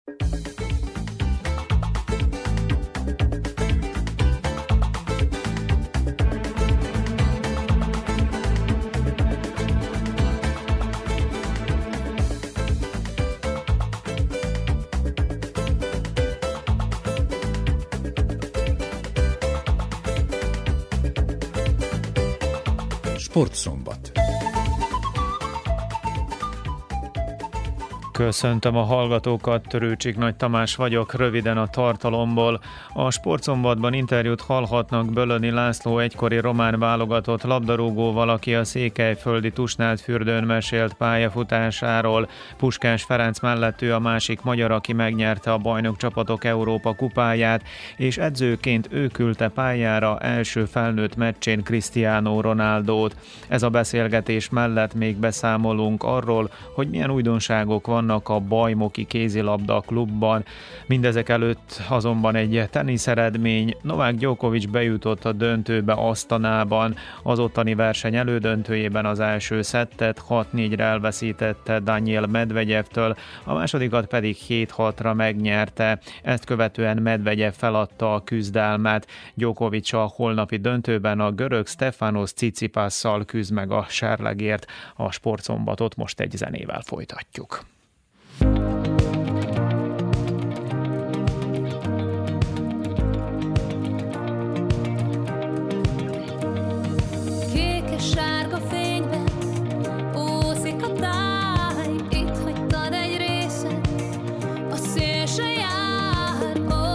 Sportszombat. Köszöntöm a hallgatókat, Törőcsik Nagy Tamás vagyok, röviden a tartalomból. A Sportszombatban interjút hallhatnak Bölöni László egykori román válogatott labdarúgóval, aki a székelyföldi Tusnádfürdőn mesélt pályafutásáról. Puskás Ferenc mellett ő a másik magyar, aki megnyerte a bajnokcsapatok Európa kupáját, és edzőként ő küldte pályára első felnőtt meccsén Cristiano Ronaldót. Ez a beszélgetés mellett még beszámolunk arról, hogy milyen újdonságok vannak a Bajmoki kézilabda klubban. Mindezek előtt azonban egy teniszeredmény. Novák Djokovic bejutott a döntőbe Asztanában. Az ottani verseny elődöntőjében az első szettet 6-4-re elveszítette Daniil Medvegyevtől, a másodikat pedig 7-6-ra megnyerte. Ezt követően Medvegyev feladta a küzdelmet. Djokovic a holnapi döntőben a görög Stefanos Tsitsipasszal küzd meg a serlegért. A Sportszombatot most egy zenével folytatjuk. Sárga fényben úszik a táj, itt hagytad egy részet, a szél se jár,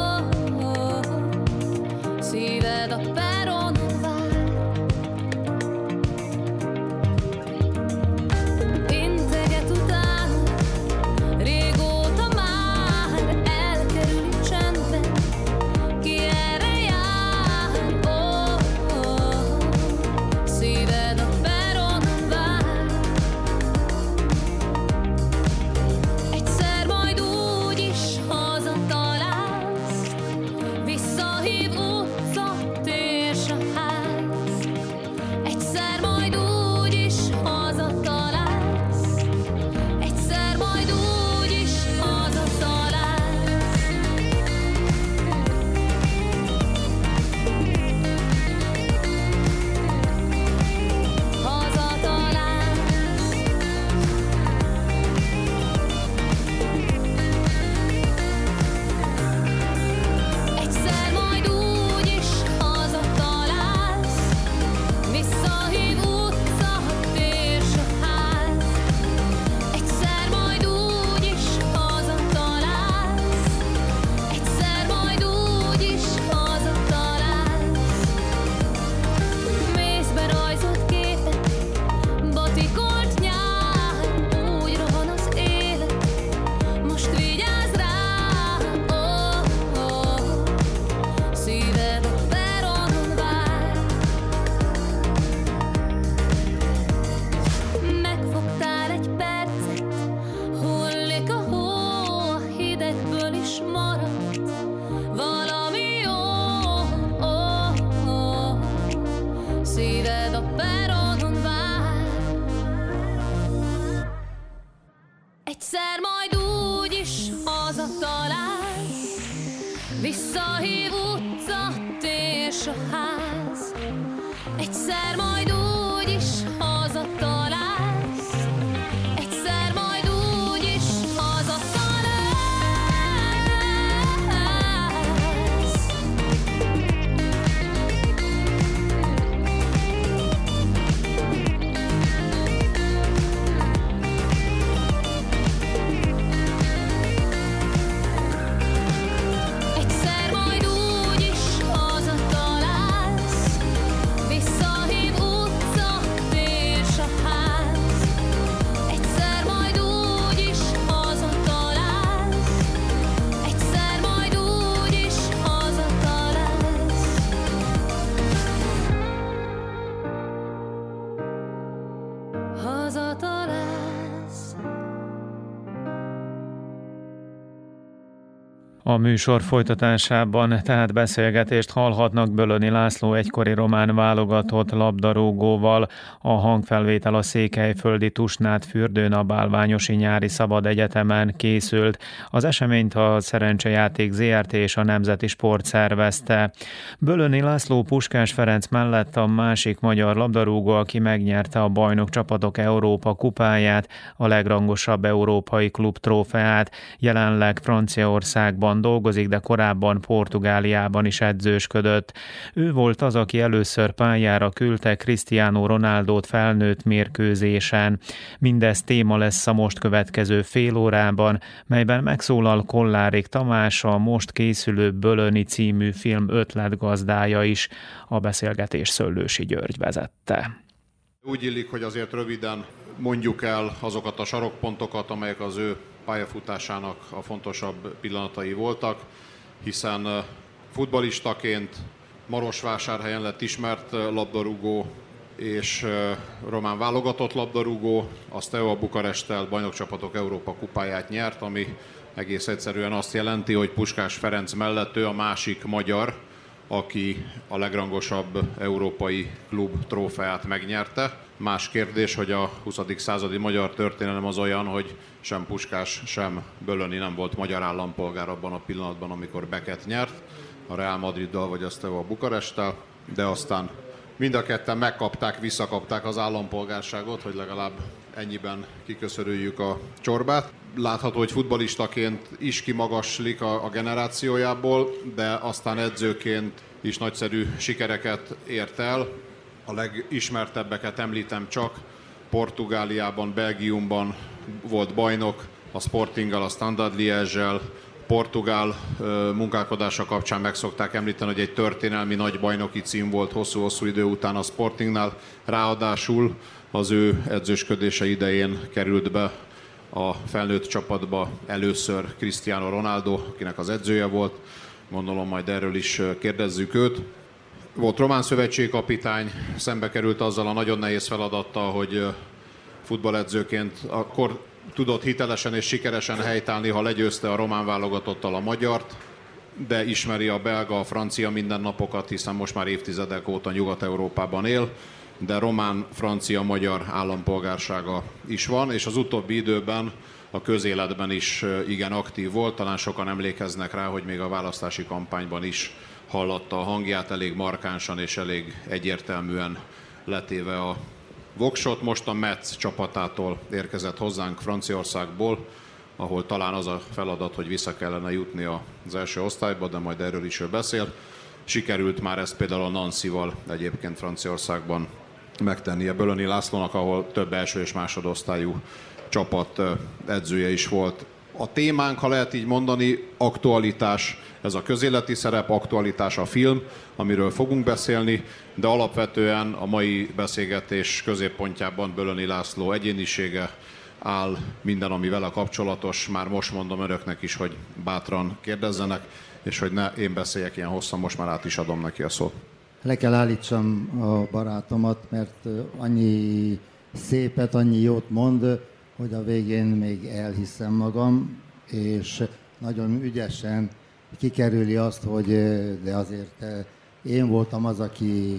szíved a peronon vár. Integet utánuk A műsor folytatásában tehát beszélgetést hallhatnak Bölöni László egykori román válogatott labdarúgóval. A hangfelvétel a székelyföldi Tusnád-fürdőn a Bálványosi Nyári Szabad Egyetemen készült. Az eseményt a Szerencsejáték Zrt. És a Nemzeti Sport szervezte. Bölöni László Puskás Ferenc mellett a másik magyar labdarúgó, aki megnyerte a bajnokcsapatok Európa kupáját, a legrangosabb európai klub trófeát. Jelenleg Franciaországban dolgozik, de korábban Portugáliában is edzősködött. Ő volt az, aki először pályára küldte Cristiano Ronaldót felnőtt mérkőzésen. Mindez téma lesz a most következő fél órában, melyben megszólal Kollárik Tamás, a most készülő Bölöni című film ötletgazdája is. A beszélgetés Szöllősi György vezette. Úgy illik, hogy azért röviden mondjuk el azokat a sarokpontokat, amelyek az ő pályafutásának a fontosabb pillanatai voltak, hiszen futballistaként Marosvásárhelyen lett ismert labdarúgó és román válogatott labdarúgó, a Steaua Bukaresttel bajnokcsapatok Európa kupáját nyert, ami egész egyszerűen azt jelenti, hogy Puskás Ferenc mellett ő a másik magyar, aki a legrangosabb európai klub trófeát megnyerte. Más kérdés, hogy a 20. századi magyar történelem az olyan, hogy sem Puskás, sem Bölöni nem volt magyar állampolgár abban a pillanatban, amikor Beket nyert, a Real Madriddal vagy a Steaua Bukaresttel, de aztán mind a ketten megkapták, visszakapták az állampolgárságot, hogy legalább ennyiben kiköszörüljük a csorbát. Látható, hogy futballistaként is kimagaslik a generációjából, de aztán edzőként is nagyszerű sikereket ért el. A legismertebbeket említem csak, Portugáliában, Belgiumban volt bajnok, a Sportinggal, a Standard Liège-el, portugál munkálkodása kapcsán meg szokták említeni, hogy egy történelmi nagy bajnoki cím volt hosszú-hosszú idő után a Sportingnál. Ráadásul az ő edzősködése idején került be a felnőtt csapatba először Cristiano Ronaldo, akinek az edzője volt. Gondolom majd erről is kérdezzük őt. Volt román szövetségkapitány, szembe került azzal a nagyon nehéz feladattal, hogy futballedzőként akkor tudott hitelesen és sikeresen helytállni, ha legyőzte a román válogatottal a magyart, de ismeri a belga, a francia mindennapokat, hiszen most már évtizedek óta Nyugat-Európában él, de román, francia, magyar állampolgársága is van, és az utóbbi időben a közéletben is igen aktív volt. Talán sokan emlékeznek rá, hogy még a választási kampányban is hallatta a hangját, elég markánsan és elég egyértelműen letéve a voksot. Most a Metz csapatától érkezett hozzánk Franciaországból, ahol talán az a feladat, hogy vissza kellene jutni az első osztályba, de majd erről is ő beszél. Sikerült már ezt például a Nancy-val egyébként Franciaországban megtennie Bölöni Lászlónak, ahol több első és másodosztályú csapat edzője is volt. A témánk, ha lehet így mondani, aktualitás, ez a közéleti szerep, aktualitás a film, amiről fogunk beszélni, de alapvetően a mai beszélgetés középpontjában Bölöni László egyénisége áll, minden, ami vele kapcsolatos. Már most mondom önöknek is, hogy bátran kérdezzenek, és hogy ne én beszéljek ilyen hosszan, most már át is adom neki a szót. Le kell állítsam a barátomat, mert annyi szépet, annyi jót mond, hogy a végén még elhiszem magam, és nagyon ügyesen kikerüli azt, hogy de azért én voltam az, aki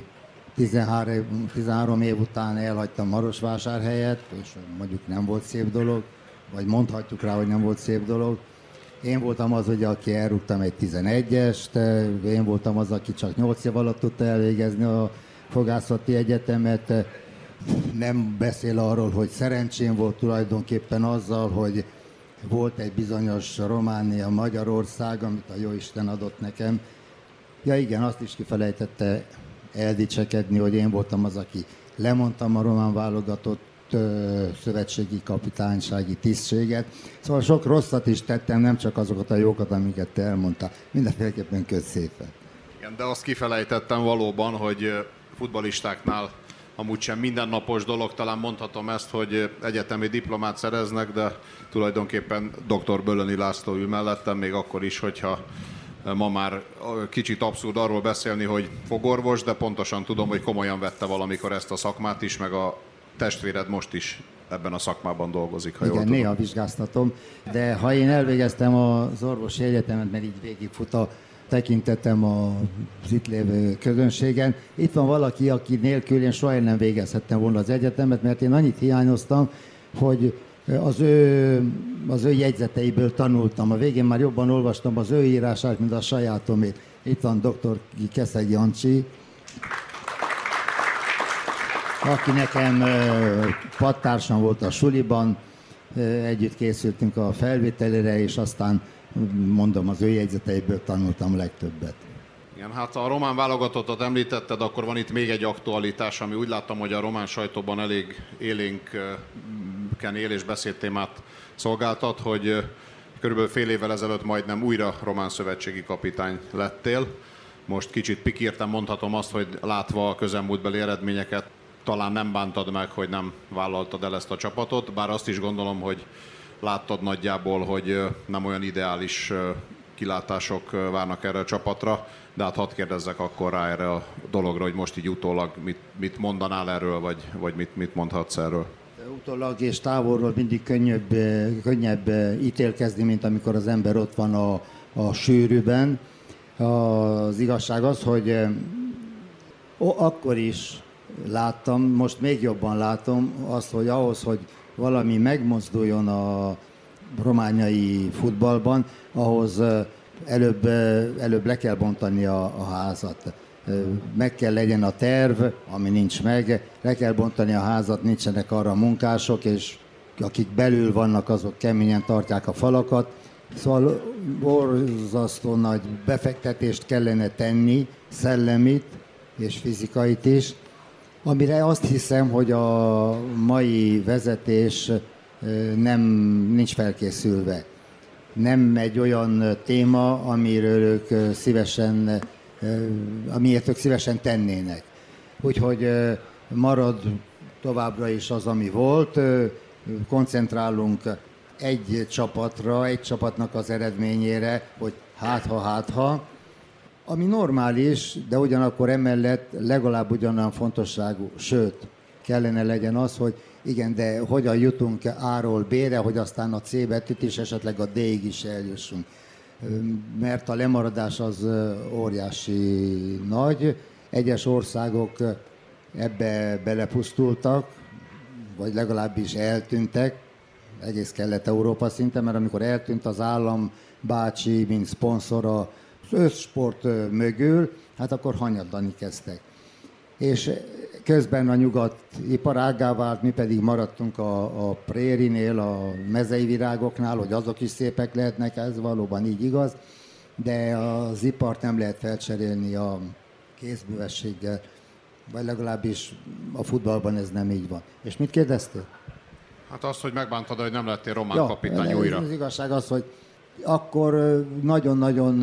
13 év után elhagytam Marosvásárhelyet, és mondjuk nem volt szép dolog, vagy mondhatjuk rá, hogy nem volt szép dolog. Én voltam az, ugye, aki elrúgtam egy 11-est, én voltam az, aki csak 8 év alatt tudta elvégezni a fogászati egyetemet. Nem beszél arról, hogy szerencsém volt tulajdonképpen azzal, hogy volt egy bizonyos Románia, Magyarország, amit a Jóisten adott nekem. Ja igen, azt is kifelejtette eldicsekedni, hogy én voltam az, aki lemondtam a román válogatott szövetségi kapitánysági tisztséget. Szóval sok rosszat is tettem, nem csak azokat a jókat, amiket te elmondtál. Mindenféleképpen kösz szépen. Igen, de azt kifelejtettem valóban, hogy futballistáknál amúgy sem mindennapos dolog, talán mondhatom ezt, hogy egyetemi diplomát szereznek, de tulajdonképpen dr. Bölöni László ül mellettem, még akkor is, hogyha ma már kicsit abszurd arról beszélni, hogy fogorvos, de pontosan tudom, hogy komolyan vette valamikor ezt a szakmát is, meg a testvéred most is ebben a szakmában dolgozik, ha Igen, jól tudom. néha vizsgáztatom, de ha én elvégeztem az orvosi egyetemet, mert így végigfut a tekintetem az itt lévő közönségen. Itt van valaki, aki nélkül én soha nem végezhettem volna az egyetemet, mert én annyit hiányoztam, hogy az ő jegyzeteiből tanultam. A végén már jobban olvastam az ő írását, mint a sajátomét. Itt van dr. Keszeg Jancsi, aki nekem padtársam volt a suliban, együtt készültünk a felvételére, és aztán mondom, az ő jegyzeteiből tanultam legtöbbet. Igen, hát a román válogatottat említetted, akkor van itt még egy aktualitás, ami úgy láttam, hogy a román sajtóban elég élénken él és beszédtémát szolgáltat, hogy körülbelül fél évvel ezelőtt majdnem újra román szövetségi kapitány lettél. Most kicsit pikírten mondhatom azt, hogy látva a közelmúltbeli eredményeket, talán nem bántad meg, hogy nem vállaltad el ezt a csapatot, bár azt is gondolom, hogy láttad nagyjából, hogy nem olyan ideális kilátások várnak erre a csapatra, de hát hadd kérdezzek akkor rá erre a dologra, hogy most így utólag mit mondanál erről, vagy mit mondhatsz erről? Utólag és távolról mindig könnyebb ítélkezni, mint amikor az ember ott van a sűrűben. Az igazság az, hogy akkor is láttam, most még jobban látom azt, hogy ahhoz, hogy valami megmozduljon a romániai futballban, ahhoz előbb le kell bontani a házat. Meg kell legyen a terv, ami nincs meg, le kell bontani a házat, nincsenek arra munkások, és akik belül vannak, azok keményen tartják a falakat. Szóval borzasztó nagy befektetést kellene tenni, szellemit és fizikait is, amire azt hiszem, hogy a mai vezetés nincs felkészülve. Nem egy olyan téma, amiért ők szívesen tennének. Úgyhogy marad továbbra is az, ami volt, koncentrálunk egy csapatra, egy csapatnak az eredményére, hogy hát-ha, ami normális, de ugyanakkor emellett legalább ugyanolyan fontosságú, sőt, kellene legyen az, hogy igen, de hogyan jutunk A-ról B-re, hogy aztán a C betűt is, esetleg a D-ig is eljussunk. Mert a lemaradás az óriási nagy. Egyes országok ebbe belepusztultak, vagy legalábbis eltűntek, egész Kelet-Európa szinten, mert amikor eltűnt az állam bácsi, mint szponzor az összsport mögül, hát akkor hanyadani kezdtek. És közben a nyugat iparággá vált, mi pedig maradtunk a prérinél, a mezei virágoknál, hogy azok is szépek lehetnek, ez valóban így igaz, de az ipart nem lehet felcserélni a kézművességgel, vagy legalábbis a futballban ez nem így van. És mit kérdeztél? Hát azt, hogy megbántad, hogy nem lettél román kapitány újra. Az igazság az, hogy akkor nagyon-nagyon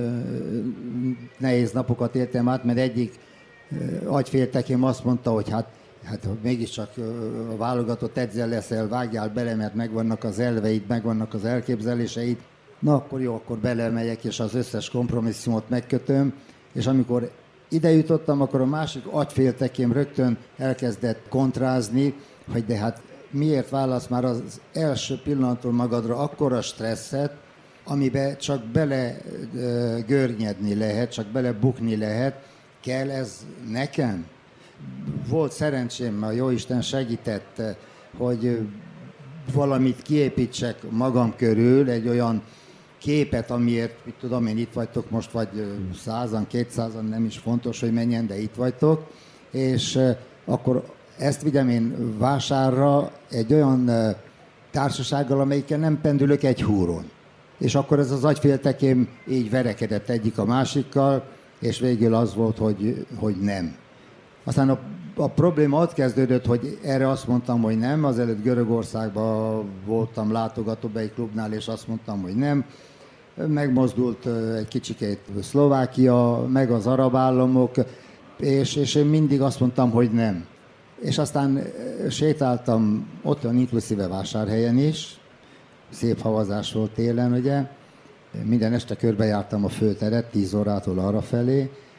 nehéz napokat éltem át, mert egyik agyféltekém azt mondta, hogy hát mégiscsak a válogatott edzel leszel, vágjál bele, mert megvannak az elveid, megvannak az elképzeléseid. Na akkor jó, akkor belemegyek, és az összes kompromisszumot megkötöm, és amikor ide jutottam, akkor a másik agyféltekém rögtön elkezdett kontrázni, hogy de hát miért válasz már az első pillanattól magadra akkora stresszet, amiben csak bele görnyedni lehet, csak bele bukni lehet. Kell ez nekem? Volt szerencsém, a Jóisten segített, hogy valamit kiépítsek magam körül, egy olyan képet, amiért, mit tudom én, itt vagytok most, vagy 100-an, 200-an, nem is fontos, hogy menjen, de itt vagytok, és akkor ezt vigyem én vásárra egy olyan társasággal, amelyikkel nem pendülök egy húron. És akkor ez az agyféltekém így verekedett egyik a másikkal, és végül az volt, hogy nem. Aztán a probléma ott kezdődött, hogy erre azt mondtam, hogy nem. Azelőtt Görögországban voltam látogatóbeli klubnál, és azt mondtam, hogy nem. Megmozdult egy kicsikét Szlovákia, meg az arab államok, és én mindig azt mondtam, hogy nem. És aztán sétáltam ott van inkluszíve Vásárhelyen is, szép havazás volt télen, ugye. Minden este körbejártam a főteret, 10 órától arrafelé,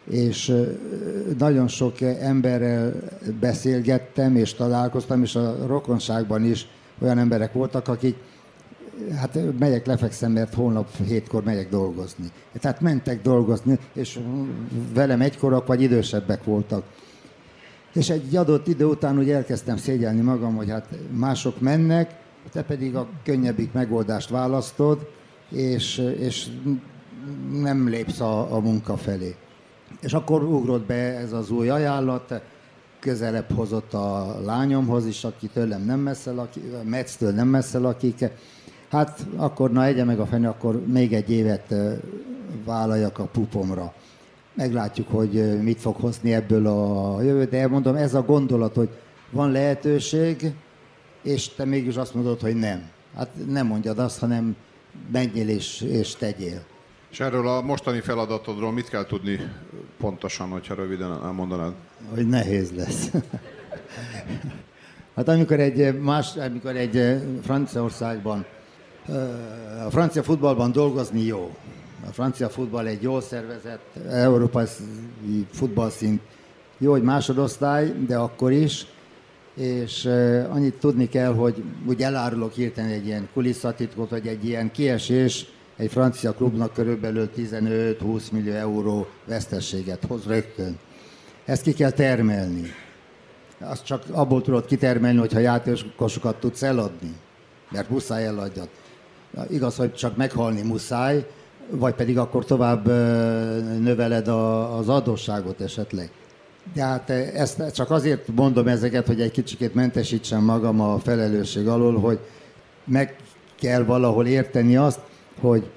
és nagyon sok emberrel beszélgettem, és találkoztam, és a rokonságban is olyan emberek voltak, akik, hát megyek, lefekszem, mert holnap 7-kor megyek dolgozni. Tehát mentek dolgozni, és velem egykorak vagy idősebbek voltak. És egy adott idő után úgy elkezdtem szégyelni magam, hogy hát mások mennek, te pedig a könnyebbik megoldást választod, és nem lépsz a munka felé. És akkor ugrott be ez az új ajánlat, közelebb hozott a lányomhoz is, aki tőlem nem messze lakik, Metsztől nem messze lakik. Hát akkor, na egye meg a fene, akkor még egy évet vállaljak a pupomra. Meglátjuk, hogy mit fog hozni ebből a jövő, de mondom, ez a gondolat, hogy van lehetőség, és te mégis azt mondod, hogy nem. Hát nem mondjad azt, hanem menjél és tegyél. És erről a mostani feladatodról mit kell tudni pontosan, hogyha röviden elmondanád? Hogy nehéz lesz. Hát amikor egy Franciaországban, a francia futballban dolgozni jó. A francia futball egy jól szervezett, európai futballszint jó, hogy másodosztály, de akkor is. És annyit tudni kell, hogy úgy elárulok hirtelen egy ilyen kulisszatitkot, hogy egy ilyen kiesés egy francia klubnak körülbelül 15-20 millió euró veszteséget hoz rögtön. Ezt ki kell termelni. Azt csak abból tudod kitermelni, hogyha játékosokat tudsz eladni, mert muszáj eladjad. Igaz, hogy csak meghalni muszáj, vagy pedig akkor tovább növeled az adósságot esetleg. De hát ezt csak azért mondom ezeket, hogy egy kicsikét mentesítsem magam a felelősség alól, hogy meg kell valahol érteni azt, hogy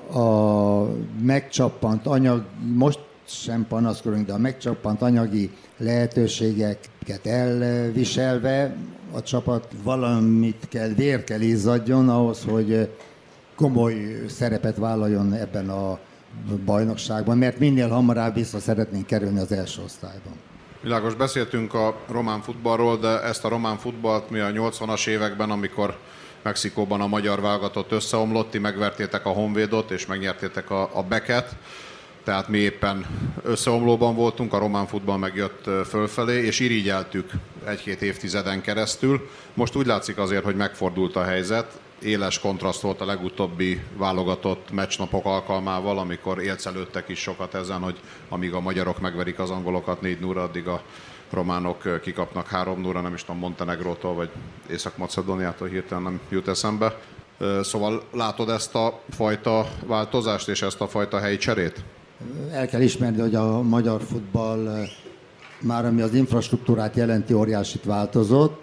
a megcsappant anyag, most sem panaszkodunk, de a megcsappant anyagi lehetőségeket elviselve a csapat valamit kell, vér kell izzadjon ahhoz, hogy komoly szerepet vállaljon ebben a bajnokságban, mert minél hamarabb vissza szeretnénk kerülni az első osztályban. Világos, beszéltünk a román futballról, de ezt a román futballt mi a 80-as években, amikor Mexikóban a magyar válogatott összeomlott, ti megvertétek a Honvédot és megnyertétek a Beket, tehát mi éppen összeomlóban voltunk, a román futball megjött fölfelé, és irigyeltük egy-két évtizeden keresztül. Most úgy látszik azért, hogy megfordult a helyzet. Éles kontraszt volt a legutóbbi válogatott meccsnapok alkalmával, amikor élcelődtek is sokat ezen, hogy amíg a magyarok megverik az angolokat 4-0, addig a románok kikapnak 3-0, nem is tudom, Montenegrótól vagy Észak-Macedóniától, hirtelen nem jut eszembe. Szóval látod ezt a fajta változást és ezt a fajta helyi cserét? El kell ismerni, hogy a magyar futball már ami az infrastruktúrát jelenti, óriásit változott,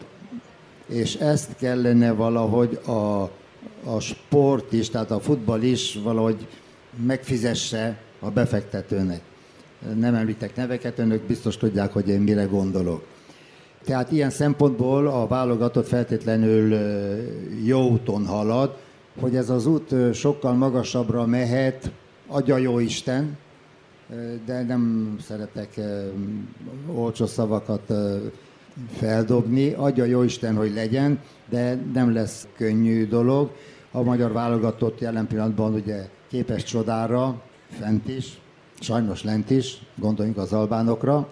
és ezt kellene valahogy a sport is, tehát a futball is valahogy megfizesse a befektetőnek. Nem említek neveket, önök biztos tudják, hogy én mire gondolok. Tehát ilyen szempontból a válogatott feltétlenül jó úton halad, hogy ez az út sokkal magasabbra mehet, adja jó Isten, de nem szeretek olcsó szavakat feldobni, adja jó Isten, hogy legyen, de nem lesz könnyű dolog. A magyar válogatott jelen pillanatban ugye képes csodára, fent is, sajnos lent is, gondoljunk az albánokra,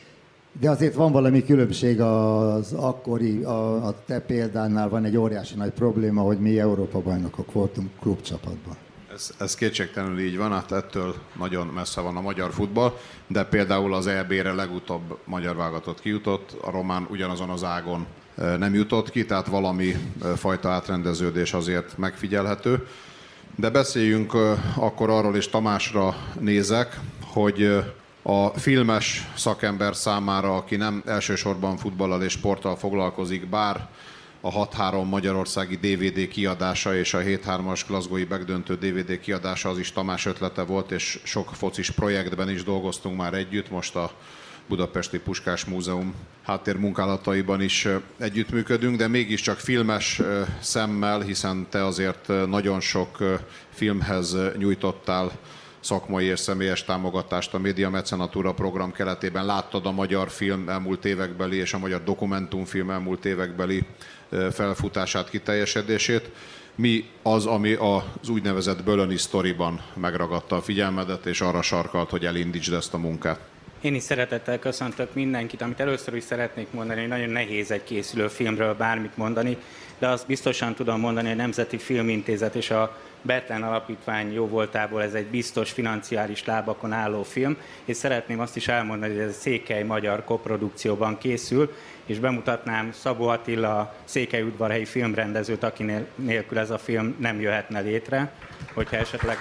de azért van valami különbség az akkori, a te példánál van egy óriási nagy probléma, hogy mi Európa-bajnokok voltunk klubcsapatban. Ez kétségtelenül így van, hát ettől nagyon messze van a magyar futball, de például az EB-re legutóbb magyar válogatott kijutott, a román ugyanazon az ágon nem jutott ki, tehát valami fajta átrendeződés azért megfigyelhető. De beszéljünk akkor arról, és Tamásra nézek, hogy a filmes szakember számára, aki nem elsősorban futballal és sporttal foglalkozik, bár a 6-3 magyarországi DVD kiadása és a 7-3-as glasgowi megdöntő DVD kiadása az is Tamás ötlete volt, és sok focis projektben is dolgoztunk már együtt, most a Budapesti Puskás Múzeum háttérmunkálataiban is együttműködünk, de mégiscsak filmes szemmel, hiszen te azért nagyon sok filmhez nyújtottál szakmai és személyes támogatást a Média Mecenatúra program keretében. Láttad a magyar film elmúlt évekbeli és a magyar dokumentumfilm elmúlt évekbeli felfutását, kiteljesedését. Mi az, ami az úgynevezett Bölöni sztoriban megragadta a figyelmedet, és arra sarkalt, hogy elindítsd ezt a munkát? Én is szeretettel köszöntök mindenkit. Amit először is szeretnék mondani, hogy nagyon nehéz egy készülő filmről bármit mondani, de azt biztosan tudom mondani, hogy a Nemzeti Filmintézet és a Bethlen Alapítvány jóvoltából ez egy biztos financiális lábakon álló film, és szeretném azt is elmondani, hogy ez a székely magyar koprodukcióban készül, és bemutatnám Szabó Attila székelyudvarhelyi filmrendezőt, aki nélkül ez a film nem jöhetne létre, hogyha esetleg...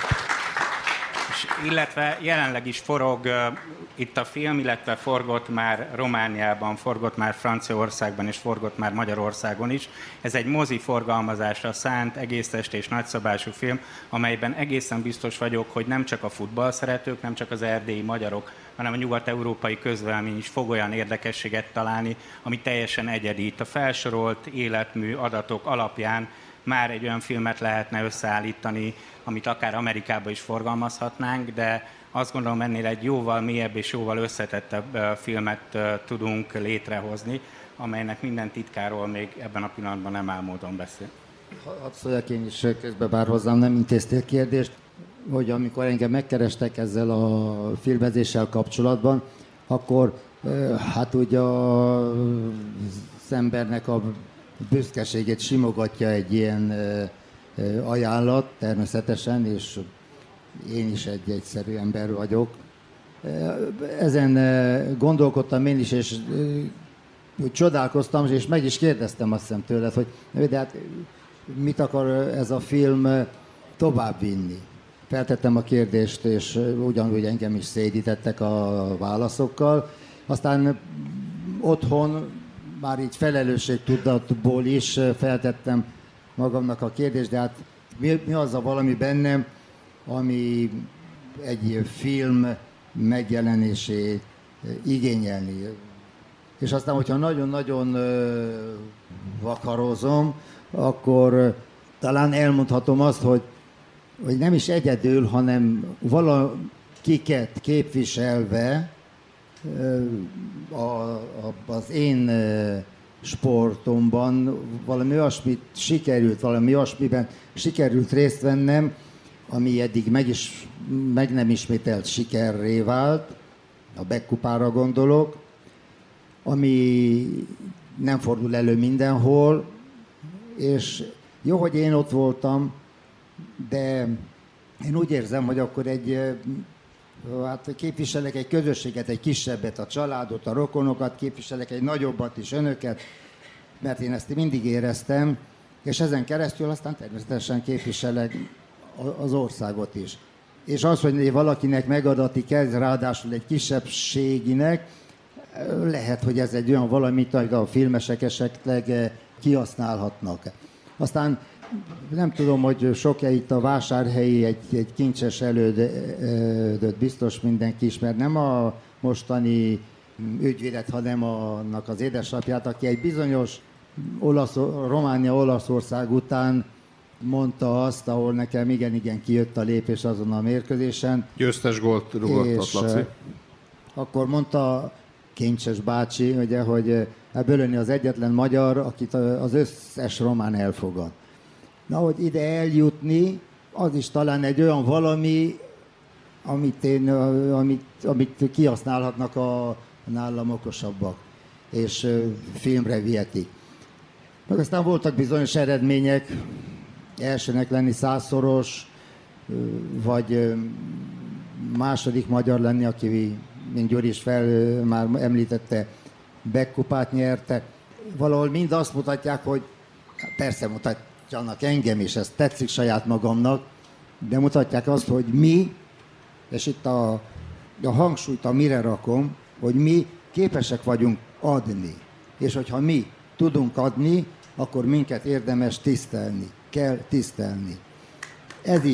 Illetve jelenleg is forog itt a film, illetve forgott már Romániában, forgott már Franciaországban, és forgott már Magyarországon is. Ez egy mozi forgalmazásra szánt, egésztest és nagyszabású film, amelyben egészen biztos vagyok, hogy nem csak a futballszeretők, nem csak az erdélyi magyarok, hanem a nyugat-európai közvélemény is fog olyan érdekességet találni, ami teljesen egyedi. Itt a felsorolt életmű adatok alapján már egy olyan filmet lehetne összeállítani, amit akár Amerikában is forgalmazhatnánk, de azt gondolom ennél egy jóval mélyebb és jóval összetettebb filmet tudunk létrehozni, amelynek minden titkáról még ebben a pillanatban nem áll módon beszél. Hadd szóljak én is közben, bár hozzám nem intéztél kérdést, hogy amikor engem megkerestek ezzel a filmezéssel kapcsolatban, akkor hát ugye az embernek a büszkeségét simogatja egy ilyen ajánlat, természetesen, és én is egy egyszerű ember vagyok. Ezen gondolkodtam én is, és csodálkoztam, és meg is kérdeztem azt hiszem tőled, hogy de hát mit akar ez a film továbbvinni. Feltettem a kérdést, és ugyanúgy engem is szédítettek a válaszokkal. Aztán otthon már így felelősségtudatból is feltettem magamnak a kérdést, de hát mi az a valami bennem, ami egy film megjelenését igényelni. És aztán, hogyha nagyon-nagyon vakarozom, akkor talán elmondhatom azt, hogy nem is egyedül, hanem valakiket képviselve az én sportomban valami olyasmiben sikerült részt vennem, ami eddig meg nem ismételt sikerré vált, a Beck-kupára gondolok, ami nem fordul elő mindenhol, és jó, hogy én ott voltam, de én úgy érzem, hogy akkor képviselek egy közösséget, egy kisebbet, a családot, a rokonokat, képviselek egy nagyobbat is, önöket, mert én ezt mindig éreztem, és ezen keresztül aztán természetesen képviselek az országot is. És az, hogy valakinek megadatik ez, ráadásul egy kisebbséginek, lehet, hogy ez egy olyan valamit, amit a filmesek esetleg kihasználhatnak. Aztán nem tudom, hogy sok-e itt a vásárhelyi egy kincses elődöt biztos mindenki ismer, nem a mostani ügyvédet, hanem annak az édesapját, aki egy bizonyos Románia-Olaszország után mondta azt, ahol nekem igen kijött a lépés azon a mérkőzésen. Győztes gólt rúgott Laci. Akkor mondta Kincses bácsi, ugye, hogy Bölöni az egyetlen magyar, akit az összes román elfogad. Na, hogy ide eljutni, az is talán egy olyan valami, amit kihasználhatnak a nálam okosabbak, és filmre vihetik. Meg aztán voltak bizonyos eredmények, elsőnek lenni 100-szoros, vagy második magyar lenni, aki, mint Gyuri is már említette, Beck-kupát nyerte. Valahol mind azt mutatják, hogy persze mutatjanak engem is, ez tetszik saját magamnak, de mutatják azt, hogy mi, és itt a hangsúlyt mire rakom, hogy mi képesek vagyunk adni. És hogyha mi tudunk adni, akkor minket érdemes tisztelni, kell tisztelni. Ez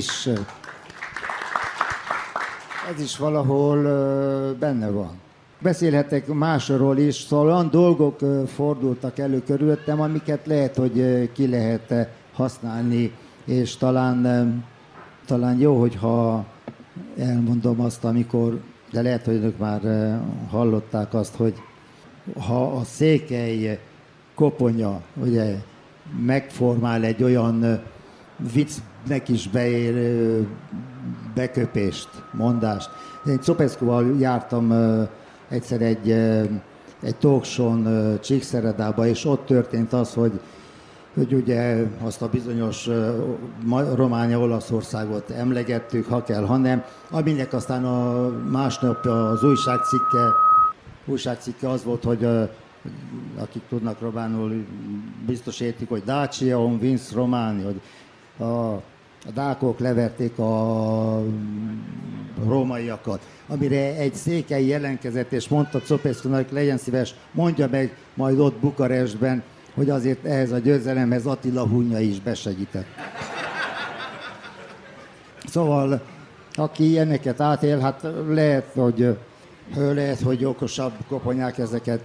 is valahol benne van. Beszélhetek másról is, szóval olyan dolgok fordultak elő körülöttem, amiket lehet, hogy ki lehet használni, és talán jó, hogyha elmondom azt, de lehet, hogy önök már hallották azt, hogy ha a székely koponya ugye, megformál egy olyan viccnek is beér beköpést, mondást. Én Czopeszkóval jártam egyszer egy talkshow-n Csíkszeredába, és ott történt az, hogy ugye azt a bizonyos Románia-Olaszországot emlegettük, ha kell, ha nem, aminek aztán a másnap az újságcikke az volt, hogy akik tudnak románul, biztos értik, hogy Dacia on wins Románia, hogy a dákok leverték a rómaiakat, amire egy székely jelentkezett, és mondta Czopeszkónak, legyen szíves, mondja meg majd ott Bukarestben, hogy azért ehhez a győzelemhez Attila Hunja is besegített. Szóval, aki ilyeneket átél, hát lehet, hogy okosabb koponyák ezeket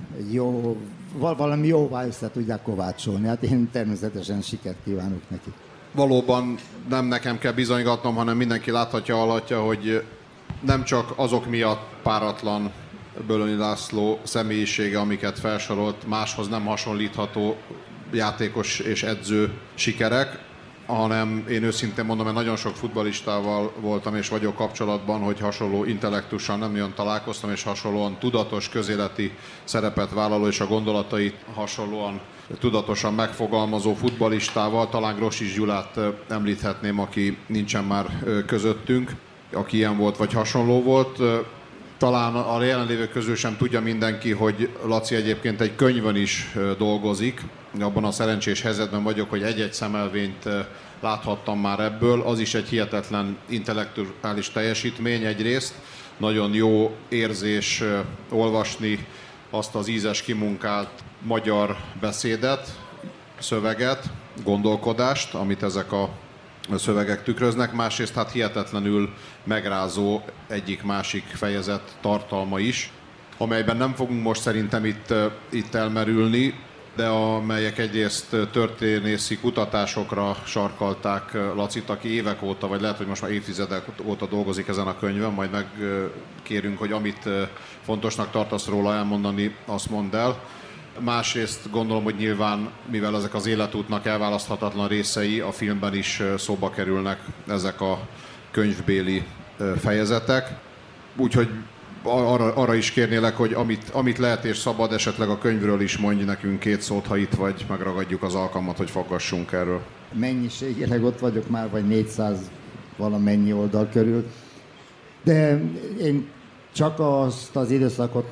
valami jóvá össze tudják kovácsolni. Hát én természetesen sikert kívánok neki. Valóban nem nekem kell bizonygatnom, hanem mindenki láthatja, hallatja, hogy nem csak azok miatt páratlan Bölöni László személyisége, amiket felsorolt, máshoz nem hasonlítható játékos és edző sikerek, hanem én őszintén mondom, hogy nagyon sok futballistával voltam és vagyok kapcsolatban, hogy hasonló intellektussal nem nagyon találkoztam, és hasonlóan tudatos közéleti szerepet vállaló és a gondolatait hasonlóan tudatosan megfogalmazó futballistával, talán Grosics Gyulát említhetném, aki nincsen már közöttünk, aki ilyen volt vagy hasonló volt. Talán a jelenlévők közül sem tudja mindenki, hogy Laci egyébként egy könyvön is dolgozik. Abban a szerencsés helyzetben vagyok, hogy egy-egy szemelvényt láthattam már ebből. Az is egy hihetetlen intellektuális teljesítmény egyrészt. Nagyon jó érzés olvasni azt az ízes kimunkált magyar beszédet, szöveget, gondolkodást, amit ezek a szövegek tükröznek, másrészt hát hihetetlenül megrázó egyik-másik fejezet tartalma is, amelyben nem fogunk most szerintem itt elmerülni, de amelyek egyrészt történészi kutatásokra sarkalták Lacit, aki évek óta, vagy lehet, hogy most már évtizedek óta dolgozik ezen a könyvön, majd megkérünk, hogy amit fontosnak tartasz róla elmondani, azt mondd el. Másrészt gondolom, hogy nyilván, mivel ezek az életútnak elválaszthatatlan részei, a filmben is szóba kerülnek ezek a könyvbéli fejezetek. Úgyhogy arra is kérnélek, hogy amit lehet és szabad, esetleg a könyvről is mondj nekünk két szót, ha itt vagy, megragadjuk az alkalmat, hogy faggassunk erről. Mennyiségileg ott vagyok már, vagy 400 valamennyi oldal körül. De én csak azt az időszakot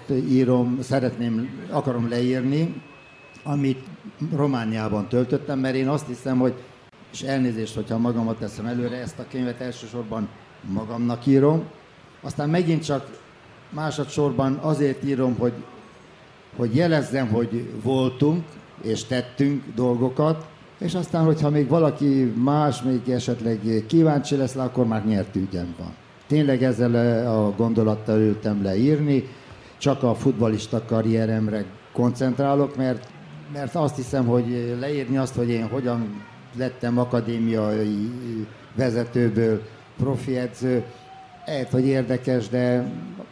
akarom leírni, amit Romániában töltöttem, mert én azt hiszem, hogy, és elnézést, hogyha magamat teszem előre, ezt a könyvet elsősorban magamnak írom, aztán megint csak másodszorban azért írom, hogy jelezzem, hogy voltunk és tettünk dolgokat, és aztán, hogyha még valaki más még esetleg kíváncsi lesz le, akkor már nyert ügyem van. Tényleg ezzel a gondolattal ültem leírni, csak a futballista karrieremre koncentrálok, mert azt hiszem, hogy leírni azt, hogy én hogyan lettem akadémiai vezetőből profi edző, lehet, hogy érdekes, de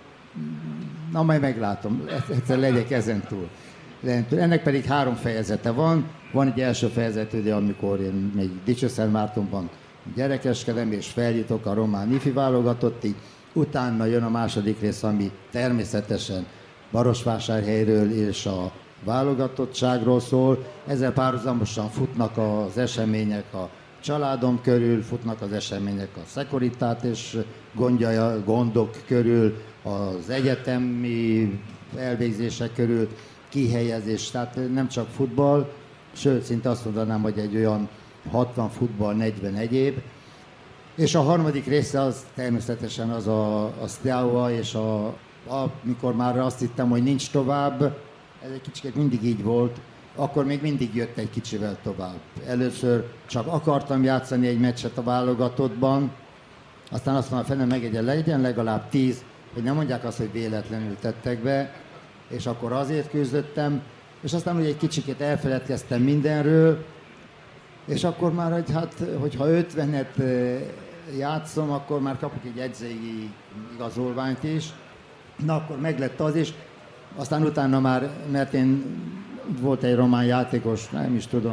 na majd meglátom, egyszer legyek ezen túl. Ennek pedig 3 fejezete van. Van egy első fejezet, amikor én még Dicsőszentmártonban gyerekeskedem és feljutok a román ifi válogatottig. Utána jön a második rész, ami természetesen Marosvásárhelyről és a válogatottságról szól. Ezzel párhuzamosan futnak az események a családom körül, futnak az események a Szekuritát és gondok körül, az egyetemi elvégzések körül, kihelyezés, tehát nem csak futball, sőt, szinte azt mondanám, hogy egy olyan 60 futball, 40 egyéb. És a harmadik része az természetesen az a Steaua, és amikor már azt hittem, hogy nincs tovább, ez egy kicsit mindig így volt, akkor még mindig jött egy kicsivel tovább. Először csak akartam játszani egy meccset a válogatottban, aztán azt mondom, fene meg legyen legalább 10, hogy nem mondják azt, hogy véletlenül tettek be, és akkor azért küzdöttem, és aztán ugye egy kicsikét elfeledkeztem mindenről, és akkor már, hogy hogyha 50-et játszom, akkor már kapok egy edzői igazolványt is. Na, akkor meglett az is. Aztán utána már, mert én volt egy román játékos, nem is tudom, azt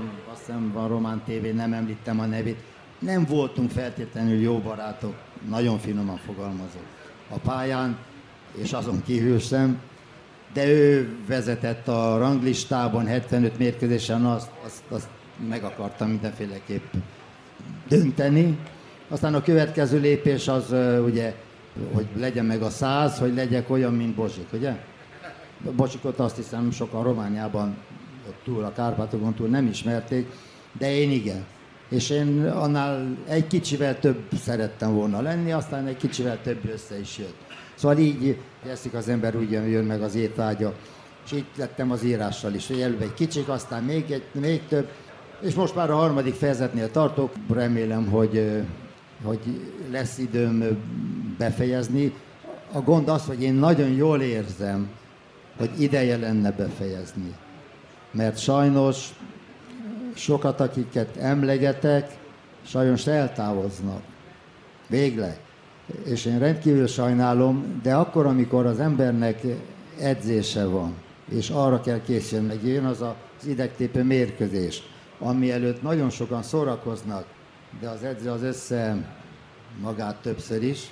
hiszem van Román tévé, nem említem a nevét. Nem voltunk feltétlenül jó barátok, nagyon finoman fogalmazok. A pályán, és azon kívül sem, de ő vezetett a ranglistában 75 mérkőzésen, azt meg akartam mindenféleképp dönteni. Aztán a következő lépés az ugye, hogy legyen meg a 100, hogy legyek olyan, mint Bozsik, ugye? Bozsikot azt hiszem sokan Romániában túl, a Kárpátokon túl nem ismerték, de én igen. És én annál egy kicsivel több szerettem volna lenni, aztán egy kicsivel több össze is jött. Szóval így eszik az ember, úgy jön meg az étvágya. És így lettem az írással is, hogy előbb egy kicsik, aztán még több. És most már a 3. fejezetnél tartok, remélem, hogy lesz időm befejezni. A gond az, hogy én nagyon jól érzem, hogy ideje lenne befejezni. Mert sajnos sokat, akiket emlegetek, sajnos eltávoznak. Végleg. És én rendkívül sajnálom, de akkor, amikor az embernek edzése van, és arra kell készülni, meg jön az idegtépő mérkőzés, ami előtt nagyon sokan szórakoznak, de az edző az össze magát többször is,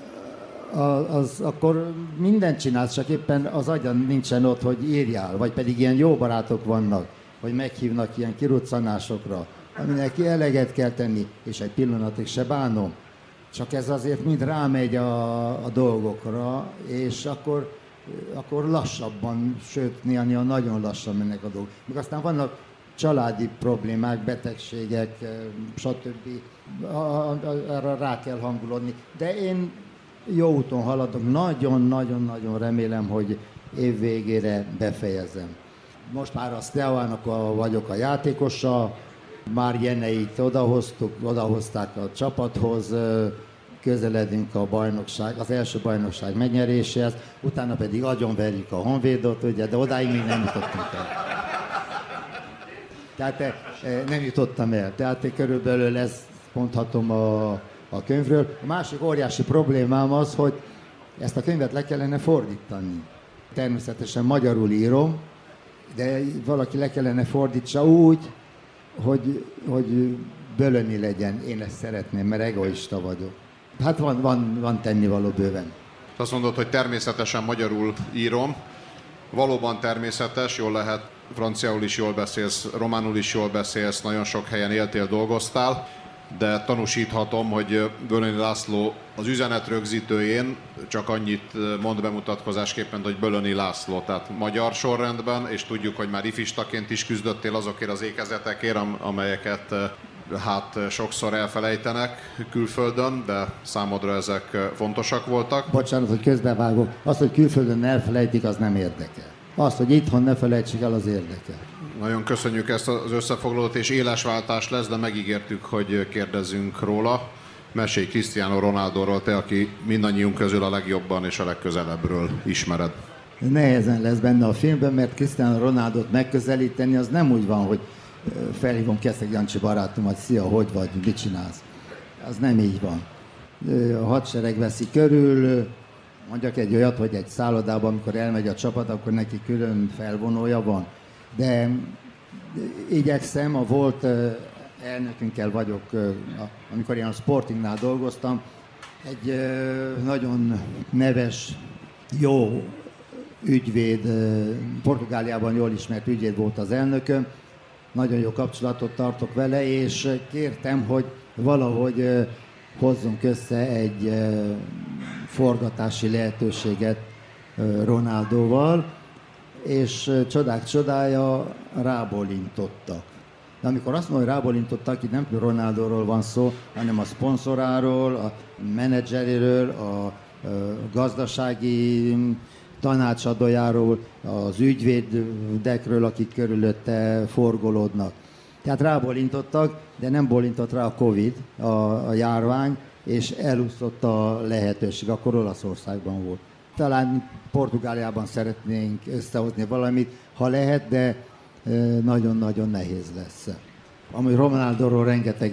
akkor mindent csinálsz, csak éppen az agyan nincsen ott, hogy írjál, vagy pedig ilyen jó barátok vannak, hogy meghívnak ilyen kiruccanásokra, aminek eleget kell tenni, és egy pillanatig se bánom. Csak ez azért mind rámegy a dolgokra, és akkor lassabban, sőt, néha nagyon lassan mennek a dolgok. Meg aztán vannak családi problémák, betegségek, stb. Arra rá kell hangulodni. De én jó úton haladok, nagyon-nagyon remélem, hogy év végére befejezem. Most már a Steaua-nak vagyok a játékosa, már Jeneit odahozták a csapathoz, közeledünk a bajnokság, az első bajnokság megnyeréséhez, utána pedig agyonverjük a Honvédot, ugye, de odáig még nem jutottunk el. Tehát nem jutottam el. Tehát körülbelül ezt mondhatom a könyvről. A másik óriási problémám az, hogy ezt a könyvet le kellene fordítani. Természetesen magyarul írom, de valaki le kellene fordítsa úgy, hogy Bölöni legyen. Én ezt szeretném, mert egoista vagyok. Hát van tennivaló bőven. Azt mondod, hogy természetesen magyarul írom. Valóban természetes, jól lehet, franciául is jól beszélsz, románul is jól beszélsz, nagyon sok helyen éltél, dolgoztál, de tanúsíthatom, hogy Bölöni László az üzenet rögzítőjén csak annyit mond bemutatkozásképpen, hogy Bölöni László, tehát magyar sorrendben, és tudjuk, hogy már ifistaként is küzdöttél azokért az ékezetekért, amelyeket hát sokszor elfelejtenek külföldön, de számodra ezek fontosak voltak. Bocsánat, hogy közbevágok. Az, hogy külföldön elfelejtik, az nem érdekel. Az, hogy itthon ne felejtsék el, az érdekel. Nagyon köszönjük ezt az összefoglalót, és éles váltás lesz, de megígértük, hogy kérdezzünk róla. Mesélj Cristiano Ronaldoról, te, aki mindannyiunk közül a legjobban és a legközelebbről ismered. Nehezen lesz benne a filmben, mert Cristiano Ronaldot megközelíteni az nem úgy van, hogy felhívom Keszeg Jancsi barátomat, szia, hogy vagy, mit csinálsz? Az nem így van. A hadsereg veszi körül, mondjak egy olyat, hogy egy szállodában, amikor elmegy a csapat, akkor neki külön felvonója van. De igyekszem, a volt elnökünkkel vagyok, amikor én a Sportingnál dolgoztam, egy nagyon neves, jó ügyvéd, Portugáliában jól ismert ügyvéd volt az elnököm, nagyon jó kapcsolatot tartok vele, és kértem, hogy valahogy hozzunk össze egy forgatási lehetőséget Ronaldoval, és csodák csodája, rábólintottak. De amikor azt mondom, hogy rábólintottak, itt nem Ronaldoról van szó, hanem a szponzoráról, a menedzseréről, a gazdasági tanácsadójáról, az ügyvédekről, akik körülötte forgolódnak. Tehát rábólintottak, de nem bólintott rá a Covid, a járvány, és elúszott a lehetőség, akkor Olaszországban volt. Talán Portugáliában szeretnénk összehozni valamit, ha lehet, de nagyon-nagyon nehéz lesz. Ami Ronaldóról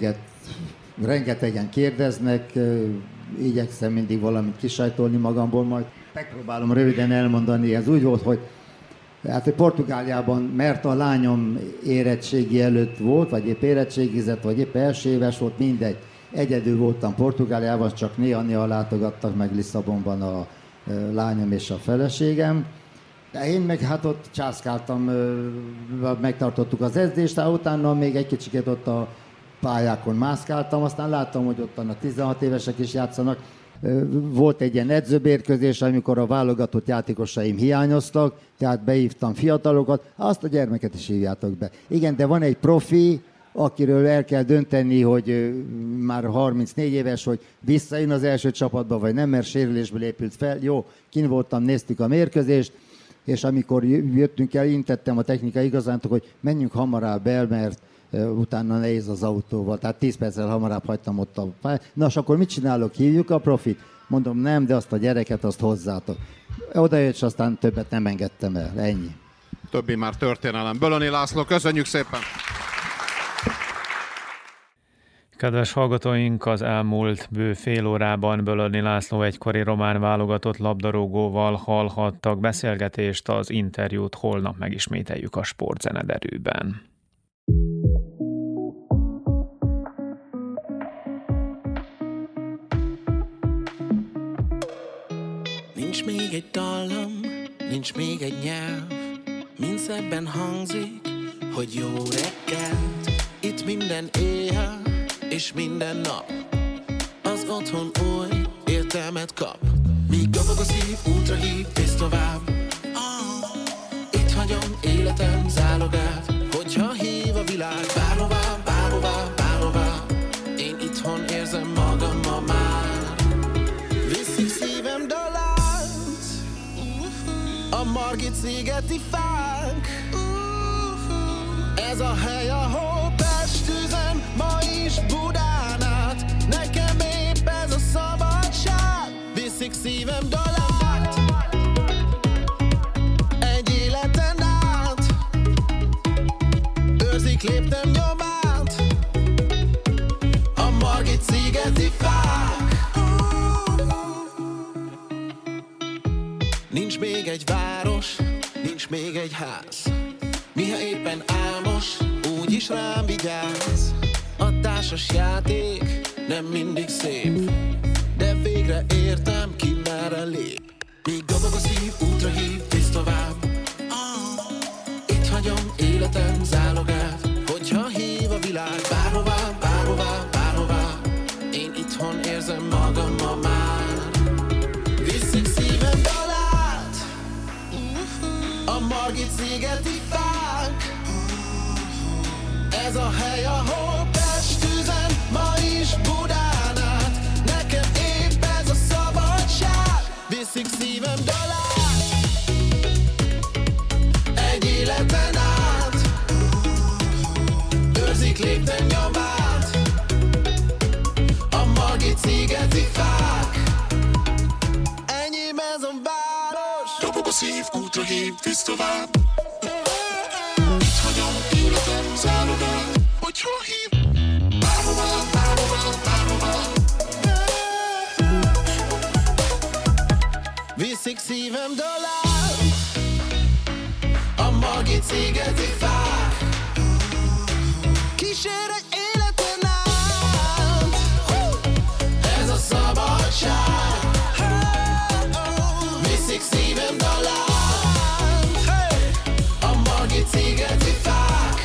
rengetegen kérdeznek, igyekszem mindig valamit kisajtolni magamból, majd megpróbálom röviden elmondani. Ez úgy volt, hogy Hát Portugáliában, mert a lányom érettségi előtt volt, vagy épp érettségizett, vagy épp első éves volt, mindegy. Egyedül voltam Portugáliában, csak néha látogattak meg Lisszabonban a lányom és a feleségem. De én meg hát ott császkáltam, megtartottuk az edzést, utána még egy kicsit ott a pályákon mászkáltam, aztán láttam, hogy ott a 16 évesek is játszanak. Volt egy ilyen edzőbérkőzés, amikor a válogatott játékosaim hiányoztak, tehát behívtam fiatalokat, azt a gyermeket is hívjátok be. Igen, de van egy profi, akiről el kell dönteni, hogy már 34 éves, hogy visszajön az első csapatba, vagy nem, mert sérülésből épült fel. Jó, kint voltam, néztük a mérkőzést, és amikor jöttünk el, intettem a technikai igazgatónak, hogy menjünk hamarabb el, mert utána nehéz az autóval. Tehát 10 perccel hamarabb hagytam ott a pályát. Na, és akkor mit csinálok? Hívjuk a profit? Mondom, nem, de azt a gyereket, azt hozzátok. Oda jött, és aztán többet nem engedtem el. Ennyi. Többé már történelem. Bölöni László, köszönjük szépen! Kedves hallgatóink, az elmúlt bő fél órában Bölöni László egykori román válogatott labdarúgóval hallhattak beszélgetést, az interjút holnap megismételjük a Sportzenederűben. Nincs még egy dallam, nincs még egy nyelv, mind szebben hangzik, hogy jó reggelt. Itt minden éjjel és minden nap az otthon új értelmet kap. Míg dobog a szív, útra hív, tész tovább. Itt hagyom életem zálogát, hogyha hív a világ. Bárhová, bárhová, bárhová, én itthon érzem magam ma már. Viszik szívem dalát a Margit szigeti fák. Ez a hely, ahol Pest üzen, ma is Budán át. Nekem épp ez a szabadság. Viszik szívem dalát egy életen át. Őrzik léptem nyomát a Margit szigeti fák. Nincs még egy város, nincs még egy ház. Miha éppen álmos, úgyis rám vigyáz. A társas játék nem mindig szép, de végre értem, ki merre lép. Míg dobog a szív, útra hív, tész tovább. Itt hagyom életem zálogát, hogyha hív a világ. Bárhová, bárhová, bárhová, én itthon érzem magam ma már. Viszik szívem dalát a Margit szigeti fák. Ez a hely, ahol Pest üzen, ma is Budán át. Nekem épp ez a szabadság. Viszik szívem dalát egy életen át. Őrzik léptem nyomát a Margit szigeti fák. Enyém ez a város. Dobog a szív, útra hív, visz tovább. Itt hagyom életem zálogát, hogyha hív. Bárhová, bárhová, bárhová. Viszik szívem dalát a Margit szigeti fák. Kísér egy életen át. Ez a szabadság. Viszik szívem dalát a Margit szigeti fák.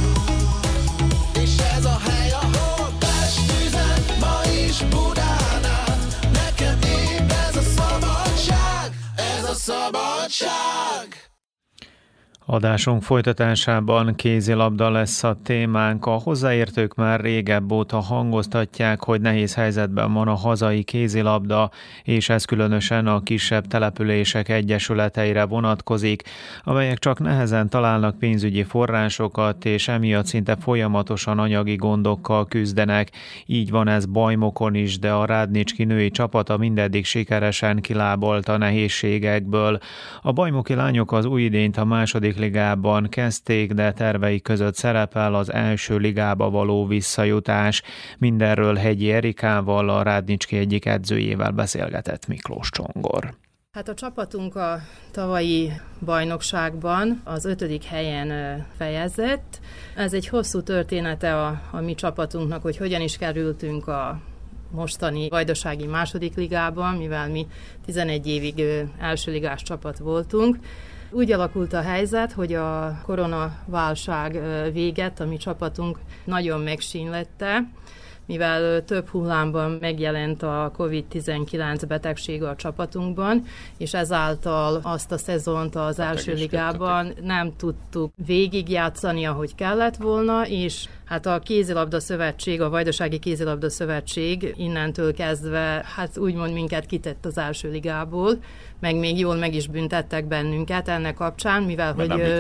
És ez a hely, ahol Pest üzen, ma is Budán át. Nekem épp ez a szabadság, ez a szabadság. Adásunk folytatásában kézilabda lesz a témánk. A hozzáértők már régebb óta hangoztatják, hogy nehéz helyzetben van a hazai kézilabda, és ez különösen a kisebb települések egyesületeire vonatkozik, amelyek csak nehezen találnak pénzügyi forrásokat, és emiatt szinte folyamatosan anyagi gondokkal küzdenek. Így van ez Bajmokon is, de a Rádnicski női csapata mindeddig sikeresen kilábolt a nehézségekből. A bajmoki lányok az új idényt a második ligában kezdték, de terveik között szerepel az első ligába való visszajutás. Mindenről Hegyi Erikával, a Rádnicski egyik edzőjével beszélgetett Miklós Csongor. Hát a csapatunk a tavalyi bajnokságban az 5. helyen fejezett. Ez egy hosszú története a mi csapatunknak, hogy hogyan is kerültünk a mostani vajdasági második ligában, mivel mi 11 évig elsőligás csapat voltunk. Úgy alakult a helyzet, hogy a koronaválság véget a mi csapatunk nagyon megsínlette, mivel több hullámban megjelent a COVID-19 betegség a csapatunkban, és ezáltal azt a szezont az első ligában nem tudtuk végigjátszani, ahogy kellett volna, és hát a kézilabda szövetség, a Vajdasági Kézilabda Szövetség innentől kezdve hát úgymond minket kitett az első ligából, meg még jól meg is büntettek bennünket ennek kapcsán, mivel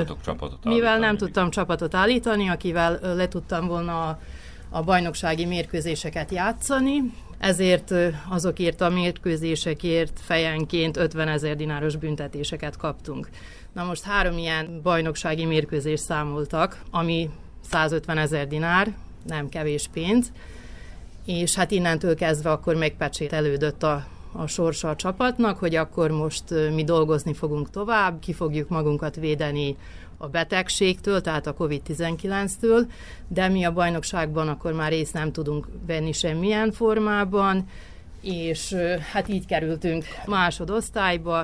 nem tudtam csapatot állítani, akivel le tudtam volna a bajnoksági mérkőzéseket játszani, ezért azokért a mérkőzésekért fejenként 50 000 dináros büntetéseket kaptunk. Na most 3 ilyen bajnoksági mérkőzést számoltak, ami 150 000 dinár, nem kevés pénz, és hát innentől kezdve akkor megpecsételődött a sorsa a csapatnak, hogy akkor most mi dolgozni fogunk tovább, ki fogjuk magunkat védeni a betegségtől, tehát a COVID-19-től, de mi a bajnokságban akkor már részt nem tudunk venni semmilyen formában, és hát így kerültünk másodosztályba,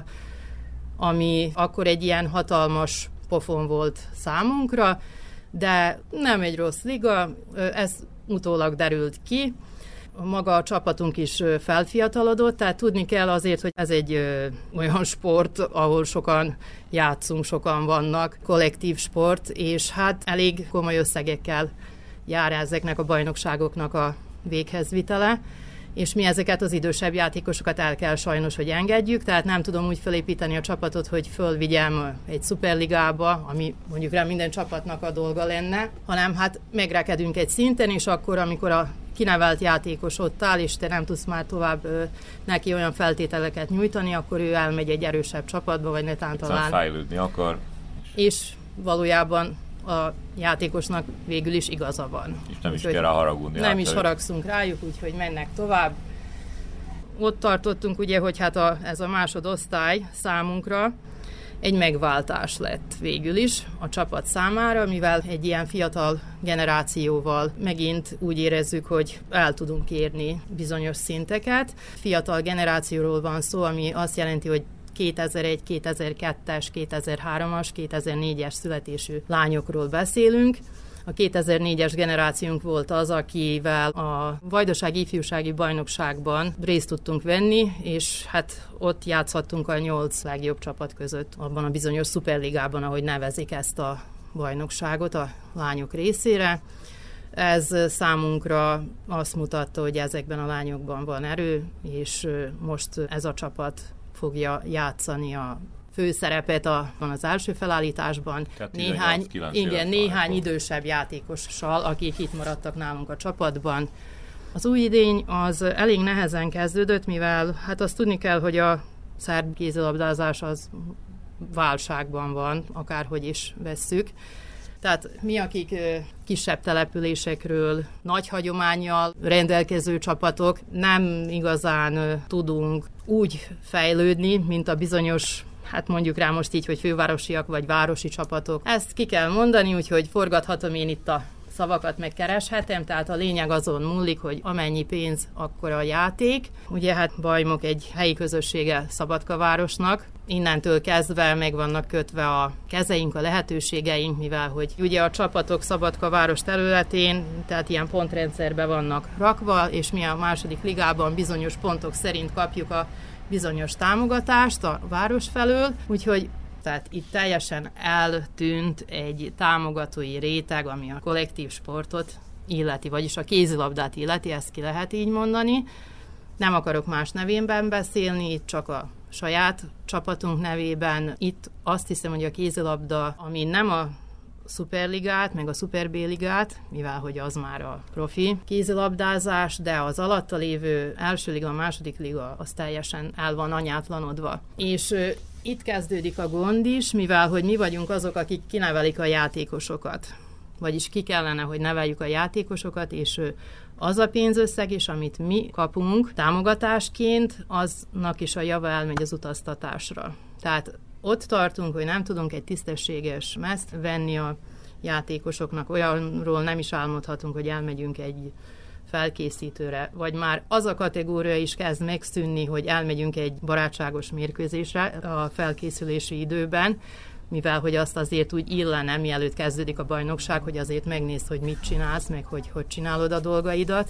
ami akkor egy ilyen hatalmas pofon volt számunkra, de nem egy rossz liga, ez utólag derült ki. Maga a csapatunk is felfiatalodott, tehát tudni kell azért, hogy ez egy olyan sport, ahol sokan játszunk, sokan vannak, kollektív sport, és hát elég komoly összegekkel jár ezeknek a bajnokságoknak a véghezvitele, és mi ezeket az idősebb játékosokat el kell sajnos, hogy engedjük, tehát nem tudom úgy felépíteni a csapatot, hogy fölvigyem egy szuperligába, ami mondjuk rá minden csapatnak a dolga lenne, hanem hát megrekedünk egy szinten, és akkor, amikor a kinevelt játékos ott áll, és te nem tudsz már tovább neki olyan feltételeket nyújtani, akkor ő elmegy egy erősebb csapatba, vagy netán talán. Fejlődni akar. És valójában a játékosnak végül is igaza van. És nem is kell rá haragudni. Nem is haragszunk rájuk, úgyhogy mennek tovább. Ott tartottunk ugye, hogy hát ez a másodosztály számunkra egy megváltás lett végül is a csapat számára, mivel egy ilyen fiatal generációval megint úgy érezzük, hogy el tudunk érni bizonyos szinteket. Fiatal generációról van szó, ami azt jelenti, hogy 2001, 2002-es, 2003-as, 2004-es születésű lányokról beszélünk. A 2004-es generációnk volt az, akivel a Vajdasági Ifjúsági Bajnokságban részt tudtunk venni, és hát ott játszhattunk a 8 legjobb csapat között, abban a bizonyos szuperligában, ahogy nevezik ezt a bajnokságot a lányok részére. Ez számunkra azt mutatta, hogy ezekben a lányokban van erő, és most ez a csapat fogja játszani a főszerepet az első felállításban. Néhány idősebb játékossal, akik itt maradtak nálunk a csapatban. Az új idény az elég nehezen kezdődött, mivel hát azt tudni kell, hogy a szerb kézilabdázás az válságban van, akárhogy is vesszük. Tehát mi, akik kisebb településekről, nagy hagyománnyal rendelkező csapatok, nem igazán tudunk úgy fejlődni, mint a bizonyos, hát mondjuk rá most így, hogy fővárosiak vagy városi csapatok. Ezt ki kell mondani, úgyhogy forgathatom én itt a szavakat megkereshetem, tehát a lényeg azon múlik, hogy amennyi pénz, akkor a játék. Ugye hát Bajmok egy helyi közössége Szabadkavárosnak, innentől kezdve meg vannak kötve a kezeink, a lehetőségeink, mivel hogy ugye a csapatok Szabadkaváros területén, tehát ilyen pontrendszerbe vannak rakva, és mi a második ligában bizonyos pontok szerint kapjuk a bizonyos támogatást a város felől, úgyhogy tehát itt teljesen eltűnt egy támogatói réteg, ami a kollektív sportot illeti, vagyis a kézilabdát illeti, ezt ki lehet így mondani. Nem akarok más nevében beszélni, itt csak a saját csapatunk nevében. Itt azt hiszem, hogy a kézilabda, ami nem a szuperligát, meg a szuper B-ligát, mivel hogy az már a profi kézilabdázás, de az alatta lévő első liga, a második liga, az teljesen el van anyátlanodva. És itt kezdődik a gond is, mivel hogy mi vagyunk azok, akik kinevelik a játékosokat. Vagyis ki kellene, hogy neveljük a játékosokat, és az a pénzösszeg is, amit mi kapunk támogatásként, aznak is a java elmegy az utaztatásra. Tehát ott tartunk, hogy nem tudunk egy tisztességes meszt venni a játékosoknak, olyanról nem is álmodhatunk, hogy elmegyünk egy felkészítőre, vagy már az a kategória is kezd megszűnni, hogy elmegyünk egy barátságos mérkőzésre a felkészülési időben, mivel hogy azt azért úgy illene, mielőtt kezdődik a bajnokság, hogy azért megnézd, hogy mit csinálsz, meg hogy csinálod a dolgaidat.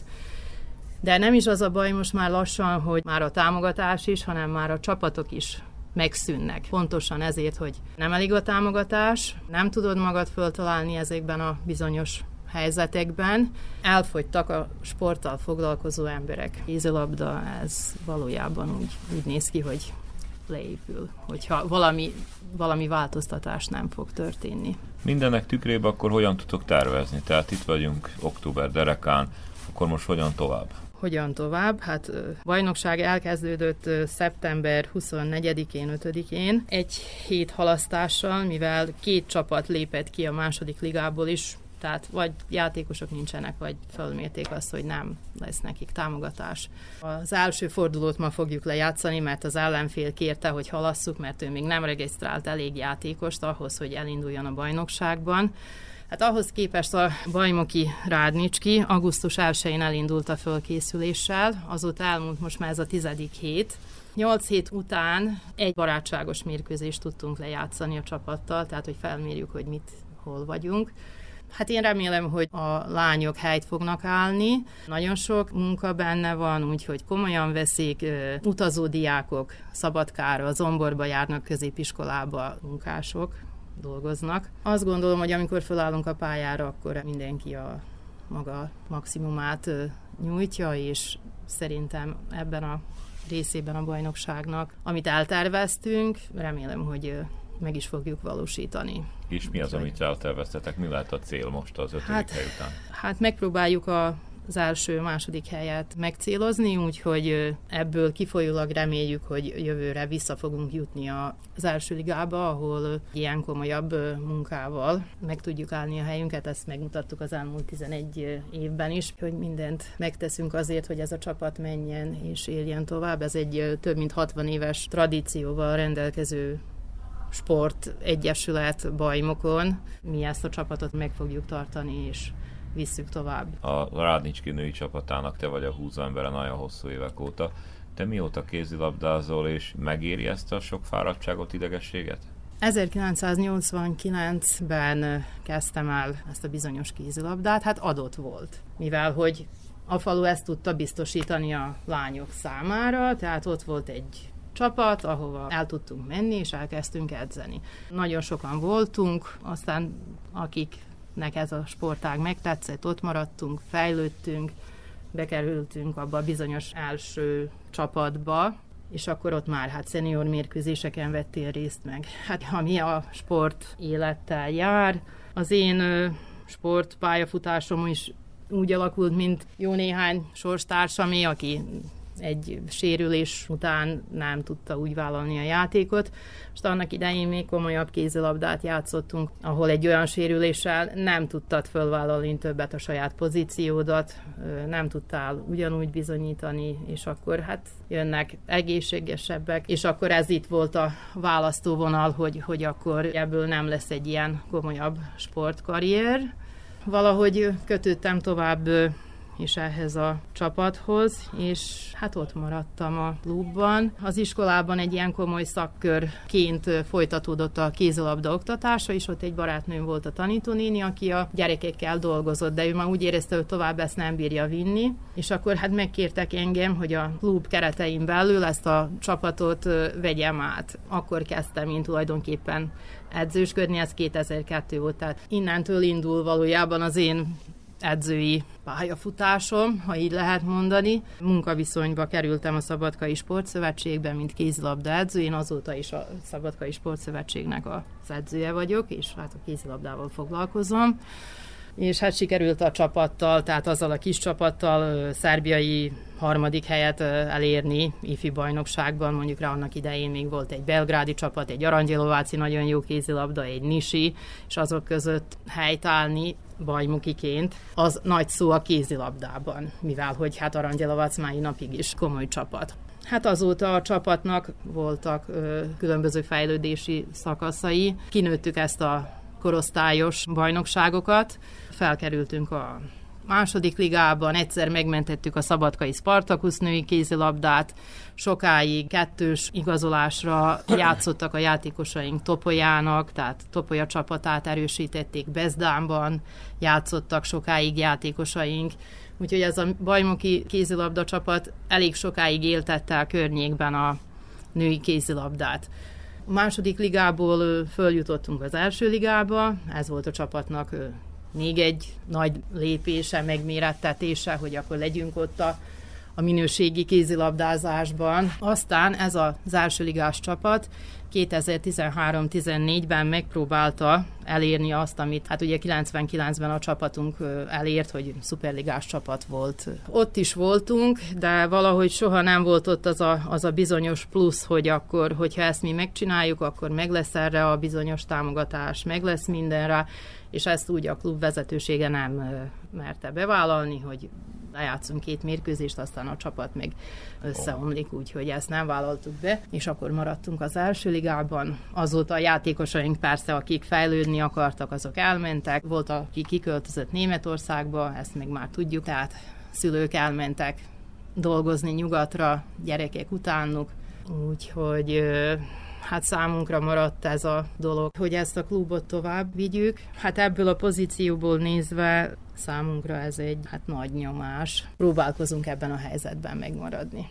De nem is az a baj most már lassan, hogy már a támogatás is, hanem már a csapatok is megszűnnek. Pontosan ezért, hogy nem elég a támogatás, nem tudod magad föltalálni ezekben a bizonyos helyzetekben. Elfogytak a sporttal foglalkozó emberek. Kézilabda, ez valójában úgy néz ki, hogy leépül, hogyha valami változtatás nem fog történni. Mindennek tükrében akkor hogyan tudtok tervezni? Tehát itt vagyunk október derekán, akkor most hogyan tovább? Hogyan tovább? Hát bajnokság elkezdődött szeptember 24-én, 5-én, egy hét halasztással, mivel 2 csapat lépett ki a második ligából is, tehát vagy játékosok nincsenek, vagy fölmérték azt, hogy nem lesz nekik támogatás. Az első fordulót ma fogjuk lejátszani, mert az ellenfél kérte, hogy halasszuk, mert ő még nem regisztrált elég játékost ahhoz, hogy elinduljon a bajnokságban. Hát ahhoz képest a Bajmoki Rádnicski augusztus 1-én elindult a fölkészüléssel, azóta elmúlt most már ez a 10. hét. 8 hét után egy barátságos mérkőzést tudtunk lejátszani a csapattal, tehát hogy felmérjük, hogy hol vagyunk. Hát én remélem, hogy a lányok helyt fognak állni. Nagyon sok munka benne van, úgyhogy komolyan veszik, utazó diákok Szabadkára, Zomborba járnak középiskolába, munkások dolgoznak. Azt gondolom, hogy amikor felállunk a pályára, akkor mindenki a maga maximumát nyújtja, és szerintem ebben a részében a bajnokságnak, amit elterveztünk, remélem, hogy meg is fogjuk valósítani. És mi az, amit elterveztetek? Mi lehet a cél most az 5. hely után? Hát megpróbáljuk az első-második helyet megcélozni, úgyhogy ebből kifolyólag reméljük, hogy jövőre vissza fogunk jutni az első ligába, ahol ilyen komolyabb munkával meg tudjuk állni a helyünket. Ezt megmutattuk az elmúlt 11 évben is, hogy mindent megteszünk azért, hogy ez a csapat menjen és éljen tovább. Ez egy több mint 60 éves tradícióval rendelkező sportegyesület Bajmokon. Mi ezt a csapatot meg fogjuk tartani, és visszük tovább. A Rádnicski női csapatának te vagy a húzóembere nagyon hosszú évek óta. Te mióta kézilabdázol, és megéri ezt a sok fáradtságot, idegességet? 1989-ben kezdtem el ezt a bizonyos kézilabdát, hát adott volt. Mivel, hogy a falu ezt tudta biztosítani a lányok számára, tehát ott volt egy csapat, ahova el tudtunk menni, és elkezdtünk edzeni. Nagyon sokan voltunk, aztán akiknek ez a sportág megtetszett, ott maradtunk, fejlődtünk, bekerültünk abba a bizonyos első csapatba, és akkor ott már hát szenior mérkőzéseken vettél részt meg. Hát ami a sport élettel jár, az én sportpályafutásom is úgy alakult, mint jó néhány sorstársamé, aki egy sérülés után nem tudta úgy vállalni a játékot. Most annak idején még komolyabb kézilabdát játszottunk, ahol egy olyan sérüléssel nem tudtad fölvállalni többet a saját pozíciódat, nem tudtál ugyanúgy bizonyítani, és akkor hát jönnek egészségesebbek, és akkor ez itt volt a választóvonal, hogy akkor ebből nem lesz egy ilyen komolyabb sportkarrier. Valahogy kötődtem tovább és ehhez a csapathoz, és hát ott maradtam a klubban. Az iskolában egy ilyen komoly szakkörként folytatódott a kézilabda oktatása, és ott egy barátnőm volt a tanítónéni, aki a gyerekekkel dolgozott, de ő már úgy érezte, hogy tovább ezt nem bírja vinni, és akkor hát megkértek engem, hogy a klub keretein belül ezt a csapatot vegyem át. Akkor kezdtem én tulajdonképpen edzősködni, ez 2002 volt, tehát innentől indul valójában az én edzői pályafutásom, ha így lehet mondani. Munkaviszonyba kerültem a Szabadkai Sportszövetségbe, mint kézilabda edző. Én azóta is a Szabadkai Sportszövetségnek az edzője vagyok, és hát a kézilabdával foglalkozom. És hát sikerült a csapattal, tehát azzal a kis csapattal szerbiai 3. helyet elérni ifi bajnokságban, mondjuk rá annak idején még volt egy belgrádi csapat, egy Arangyélováci nagyon jó kézilabda, egy Nisi, és azok között helytállni bajnokiként, az nagy szó a kézilabdában, mivel hogy hát Aranygyelavac mai napig is komoly csapat. Hát azóta a csapatnak voltak különböző fejlődési szakaszai. Kinőttük ezt a korosztályos bajnokságokat, felkerültünk a második ligában, egyszer megmentettük a szabadkai Spartacus női kézilabdát, sokáig kettős igazolásra játszottak a játékosaink Topolyának, tehát Topolya csapatát erősítették, Bezdánban játszottak sokáig játékosaink, úgyhogy ez a bajnoki kézilabda csapat elég sokáig éltette a környékben a női kézilabdát. A második ligából följutottunk az első ligába, ez volt a csapatnak még egy nagy lépése, megmérettetése, hogy akkor legyünk ott a minőségi kézilabdázásban. Aztán ez az elsőligás csapat 2013-14-ben megpróbálta elérni azt, amit hát ugye 99-ben a csapatunk elért, hogy szuperligás csapat volt. Ott is voltunk, de valahogy soha nem volt ott az a bizonyos plusz, hogy akkor, hogyha ezt mi megcsináljuk, akkor meg lesz erre a bizonyos támogatás, meg lesz mindenre, és ezt úgy a klub vezetősége nem merte bevállalni, hogy lejátszunk 2 mérkőzést, aztán a csapat meg összeomlik, úgyhogy ezt nem vállaltuk be, és akkor maradtunk az első ligában. Azóta a játékosaink persze, akik fejlődni akartak, azok elmentek, volt, aki kiköltözött Németországba, ezt meg már tudjuk, tehát szülők elmentek dolgozni nyugatra, gyerekek utánuk, úgyhogy hát számunkra maradt ez a dolog, hogy ezt a klubot tovább vigyük. Hát ebből a pozícióból nézve számunkra ez egy nagy nyomás. Próbálkozunk ebben a helyzetben megmaradni.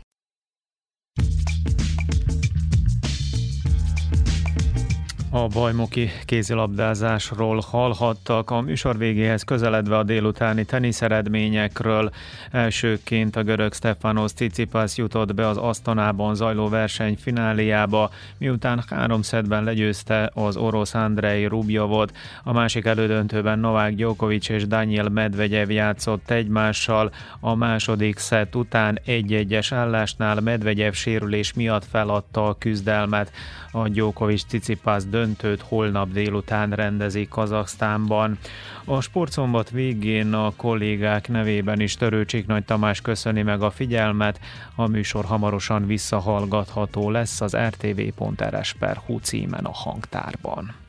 A bajnoki kézilabdázásról hallhattak, a műsor végéhez közeledve a délutáni teniszeredményekről. Elsőként a görög Stefanos Tsitsipas jutott be az Asztonában zajló verseny fináléjába, miután 3 szettben legyőzte az orosz Andrei Rubjovot. A másik elődöntőben Novák Djokovic és Daniil Medvegyev játszott egymással. A második szett után 1-1-es állásnál Medvegyev sérülés miatt feladta a küzdelmet. A Djokovic-Tsitsipas döntőt holnap délután rendezik Kazaksztánban. A Sportszombat végén a kollégák nevében is Törőcsik Nagy Tamás köszöni meg a figyelmet. A műsor hamarosan visszahallgatható lesz az rtv.rs.hu címen a hangtárban.